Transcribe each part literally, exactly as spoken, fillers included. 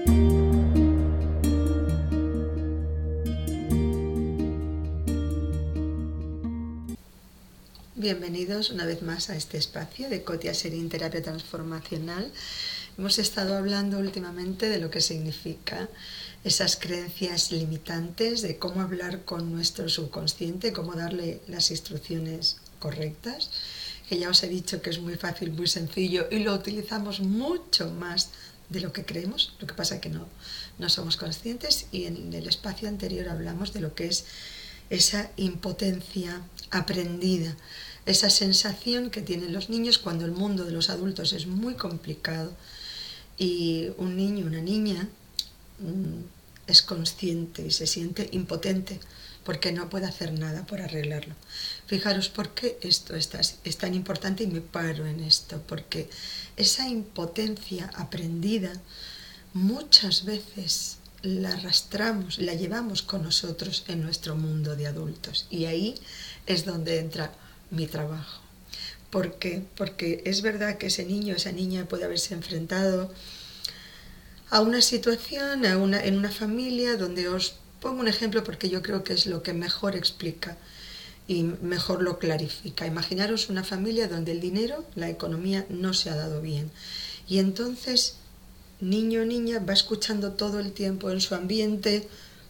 Bienvenidos una vez más a este espacio de Cotia Serín Terapia Transformacional. Hemos estado hablando últimamente de lo que significa esas creencias limitantes, de cómo hablar con nuestro subconsciente, cómo darle las instrucciones correctas, que ya os he dicho que es muy fácil, muy sencillo y lo utilizamos mucho más de lo que creemos, lo que pasa es que no, no somos conscientes. Y en el espacio anterior hablamos de lo que es esa impotencia aprendida, esa sensación que tienen los niños cuando el mundo de los adultos es muy complicado y un niño, una niña es consciente y se siente impotente porque no puede hacer nada por arreglarlo. Fijaros por qué esto es tan importante y me paro en esto, porque esa impotencia aprendida muchas veces la arrastramos, la llevamos con nosotros en nuestro mundo de adultos, y ahí es donde entra mi trabajo. ¿Por qué? Porque es verdad que ese niño, esa niña puede haberse enfrentado a una situación, a una, en una familia donde, os pongo un ejemplo porque yo creo que es lo que mejor explica y mejor lo clarifica. Imaginaros una familia donde el dinero, la economía no se ha dado bien, y entonces niño o niña va escuchando todo el tiempo en su ambiente: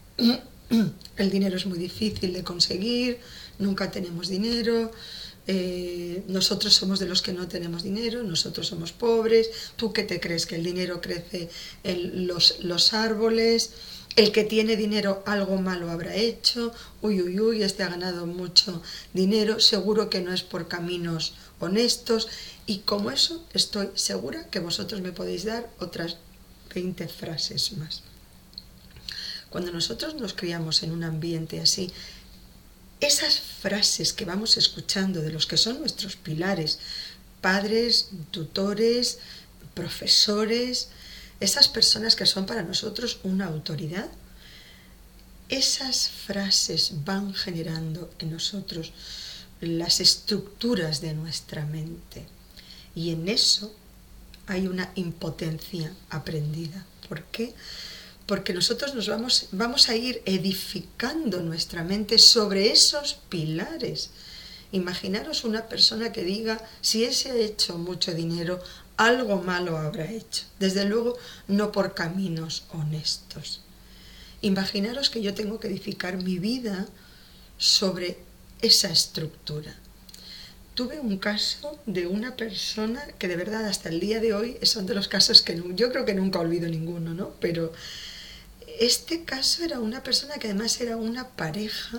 el dinero es muy difícil de conseguir, nunca tenemos dinero, eh, nosotros somos de los que no tenemos dinero, nosotros somos pobres, ¿tú qué te crees? Que el dinero crece en los, los árboles, el que tiene dinero algo malo habrá hecho, uy, uy, uy, este ha ganado mucho dinero, seguro que no es por caminos honestos. Y como eso, estoy segura que vosotros me podéis dar otras veinte frases más. Cuando nosotros nos criamos en un ambiente así, esas frases que vamos escuchando de los que son nuestros pilares, padres, tutores, profesores, esas personas que son para nosotros una autoridad, esas frases van generando en nosotros las estructuras de nuestra mente. Y en eso hay una impotencia aprendida. ¿Por qué? Porque nosotros nos vamos, vamos a ir edificando nuestra mente sobre esos pilares. Imaginaros una persona que diga: si ese ha hecho mucho dinero, algo malo habrá hecho. Desde luego, no por caminos honestos. Imaginaros que yo tengo que edificar mi vida sobre esa estructura. Tuve un caso de una persona que de verdad hasta el día de hoy son de los casos que no, yo creo que nunca olvido ninguno, ¿no? Pero este caso era una persona que además era una pareja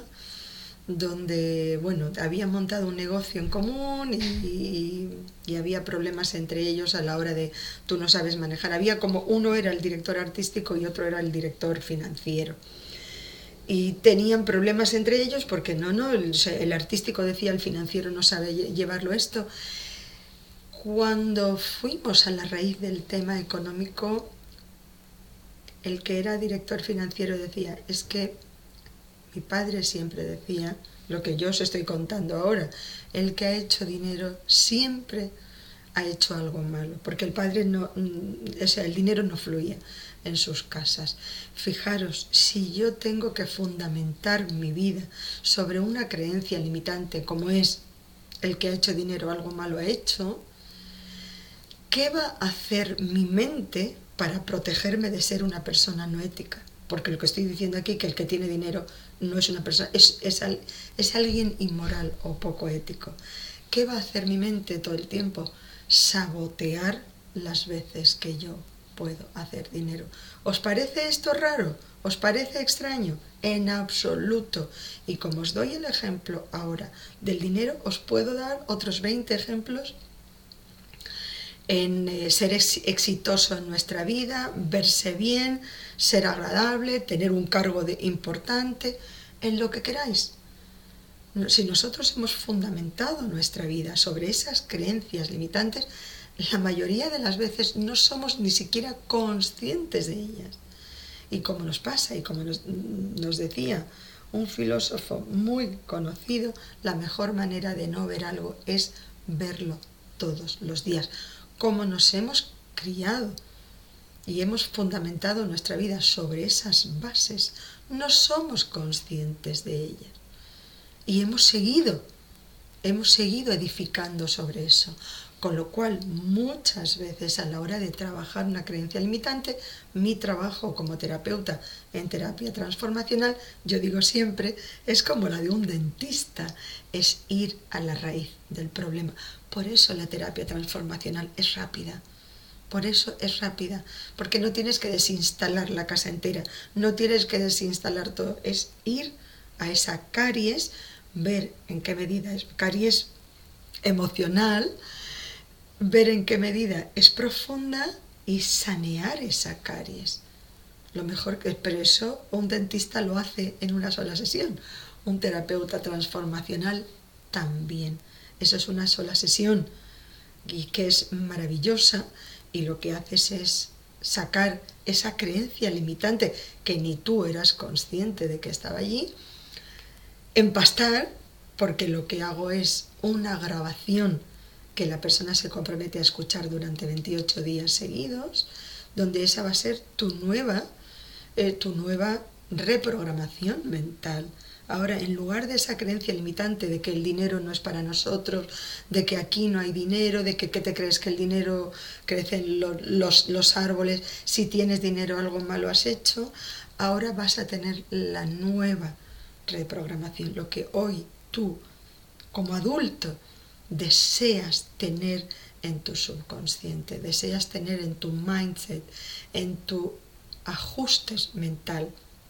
donde, bueno, habían montado un negocio en común y, y, y había problemas entre ellos a la hora de, tú no sabes manejar. Había como, uno era el director artístico y otro era el director financiero. Y tenían problemas entre ellos porque no, no, el, el artístico decía: el financiero no sabe llevarlo esto. Cuando fuimos a la raíz del tema económico, el que era director financiero decía: es que mi padre siempre decía lo que yo os estoy contando ahora, el que ha hecho dinero siempre ha hecho algo malo, porque el padre no, o sea, el dinero no fluía en sus casas. Fijaros, si yo tengo que fundamentar mi vida sobre una creencia limitante como es: el que ha hecho dinero algo malo ha hecho, ¿qué va a hacer mi mente para protegerme de ser una persona no ética? Porque lo que estoy diciendo aquí, que el que tiene dinero no es una persona, es, es, es alguien inmoral o poco ético. ¿Qué va a hacer mi mente todo el tiempo? Sabotear las veces que yo puedo hacer dinero. ¿Os parece esto raro? ¿Os parece extraño? En absoluto. Y como os doy el ejemplo ahora del dinero, os puedo dar otros veinte ejemplos en eh, ser ex exitoso en nuestra vida, verse bien, ser agradable, tener un cargo de importante, en lo que queráis. Si nosotros hemos fundamentado nuestra vida sobre esas creencias limitantes, la mayoría de las veces no somos ni siquiera conscientes de ellas. Y como nos pasa, y como nos, nos decía un filósofo muy conocido, la mejor manera de no ver algo es verlo todos los días. Como nos hemos criado. y hemos fundamentado nuestra vida sobre esas bases, no somos conscientes de ellas. Y hemos seguido, hemos seguido edificando sobre eso. Con lo cual, muchas veces a la hora de trabajar una creencia limitante, mi trabajo como terapeuta en terapia transformacional, yo digo siempre, es como la de un dentista, es ir a la raíz del problema. Por eso la terapia transformacional es rápida. Por eso es rápida, porque no tienes que desinstalar la casa entera, no tienes que desinstalar todo, es ir a esa caries, ver en qué medida es caries emocional, ver en qué medida es profunda y sanear esa caries. Lo mejor que, pero eso un dentista lo hace en una sola sesión, un terapeuta transformacional también. Eso es una sola sesión y que es maravillosa, y lo que haces es sacar esa creencia limitante que ni tú eras consciente de que estaba allí, empastar, porque lo que hago es una grabación que la persona se compromete a escuchar durante veintiocho días seguidos, donde esa va a ser tu nueva, eh, tu nueva reprogramación mental. Ahora, en lugar de esa creencia limitante de que el dinero no es para nosotros, de que aquí no hay dinero, de que ¿qué te crees que el dinero crece en lo, los, los árboles? Si tienes dinero algo malo has hecho. Ahora vas a tener la nueva reprogramación, lo que hoy tú, como adulto, deseas tener en tu subconsciente, deseas tener en tu mindset, en tu ajustes mental.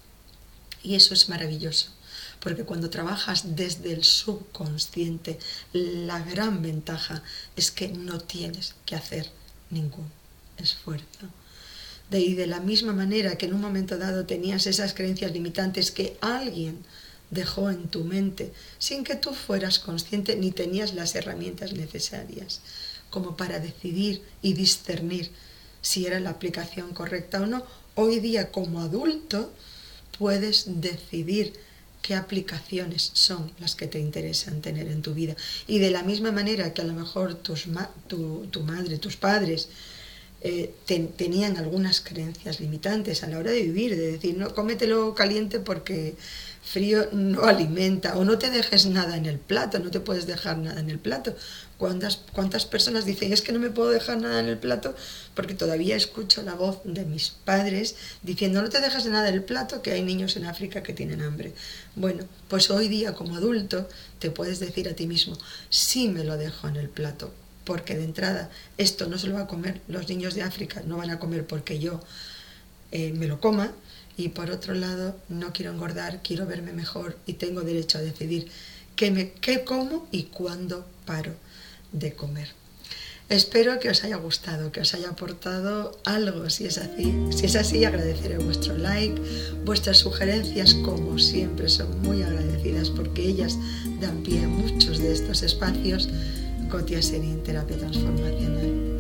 Y eso es maravilloso, porque cuando trabajas desde el subconsciente, la gran ventaja es que no tienes que hacer ningún esfuerzo. De, y de la misma manera que en un momento dado tenías esas creencias limitantes que alguien dejó en tu mente sin que tú fueras consciente ni tenías las herramientas necesarias como para decidir y discernir si era la aplicación correcta o no, hoy día como adulto puedes decidir qué aplicaciones son las que te interesan tener en tu vida. Y de la misma manera que a lo mejor tus ma- tu, tu madre, tus padres eh, ten, tenían algunas creencias limitantes a la hora de vivir, de decir, no, cómetelo caliente porque frío no alimenta, o no te dejes nada en el plato, no te puedes dejar nada en el plato. ¿Cuántas, cuántas personas dicen, es que no me puedo dejar nada en el plato? Porque todavía escucho la voz de mis padres diciendo, no te dejes de nada en el plato, que hay niños en África que tienen hambre. Bueno, pues hoy día como adulto te puedes decir a ti mismo, sí me lo dejo en el plato, porque de entrada esto no se lo va a comer los niños de África, no van a comer porque yo eh, me lo coma. Y por otro lado, no quiero engordar, quiero verme mejor y tengo derecho a decidir qué, me, qué como y cuándo paro de comer. Espero que os haya gustado, que os haya aportado algo. Si es así, si es así, agradeceré vuestro like, vuestras sugerencias, como siempre, son muy agradecidas porque ellas dan pie a muchos de estos espacios. Cotia Serín, Terapia Transformacional.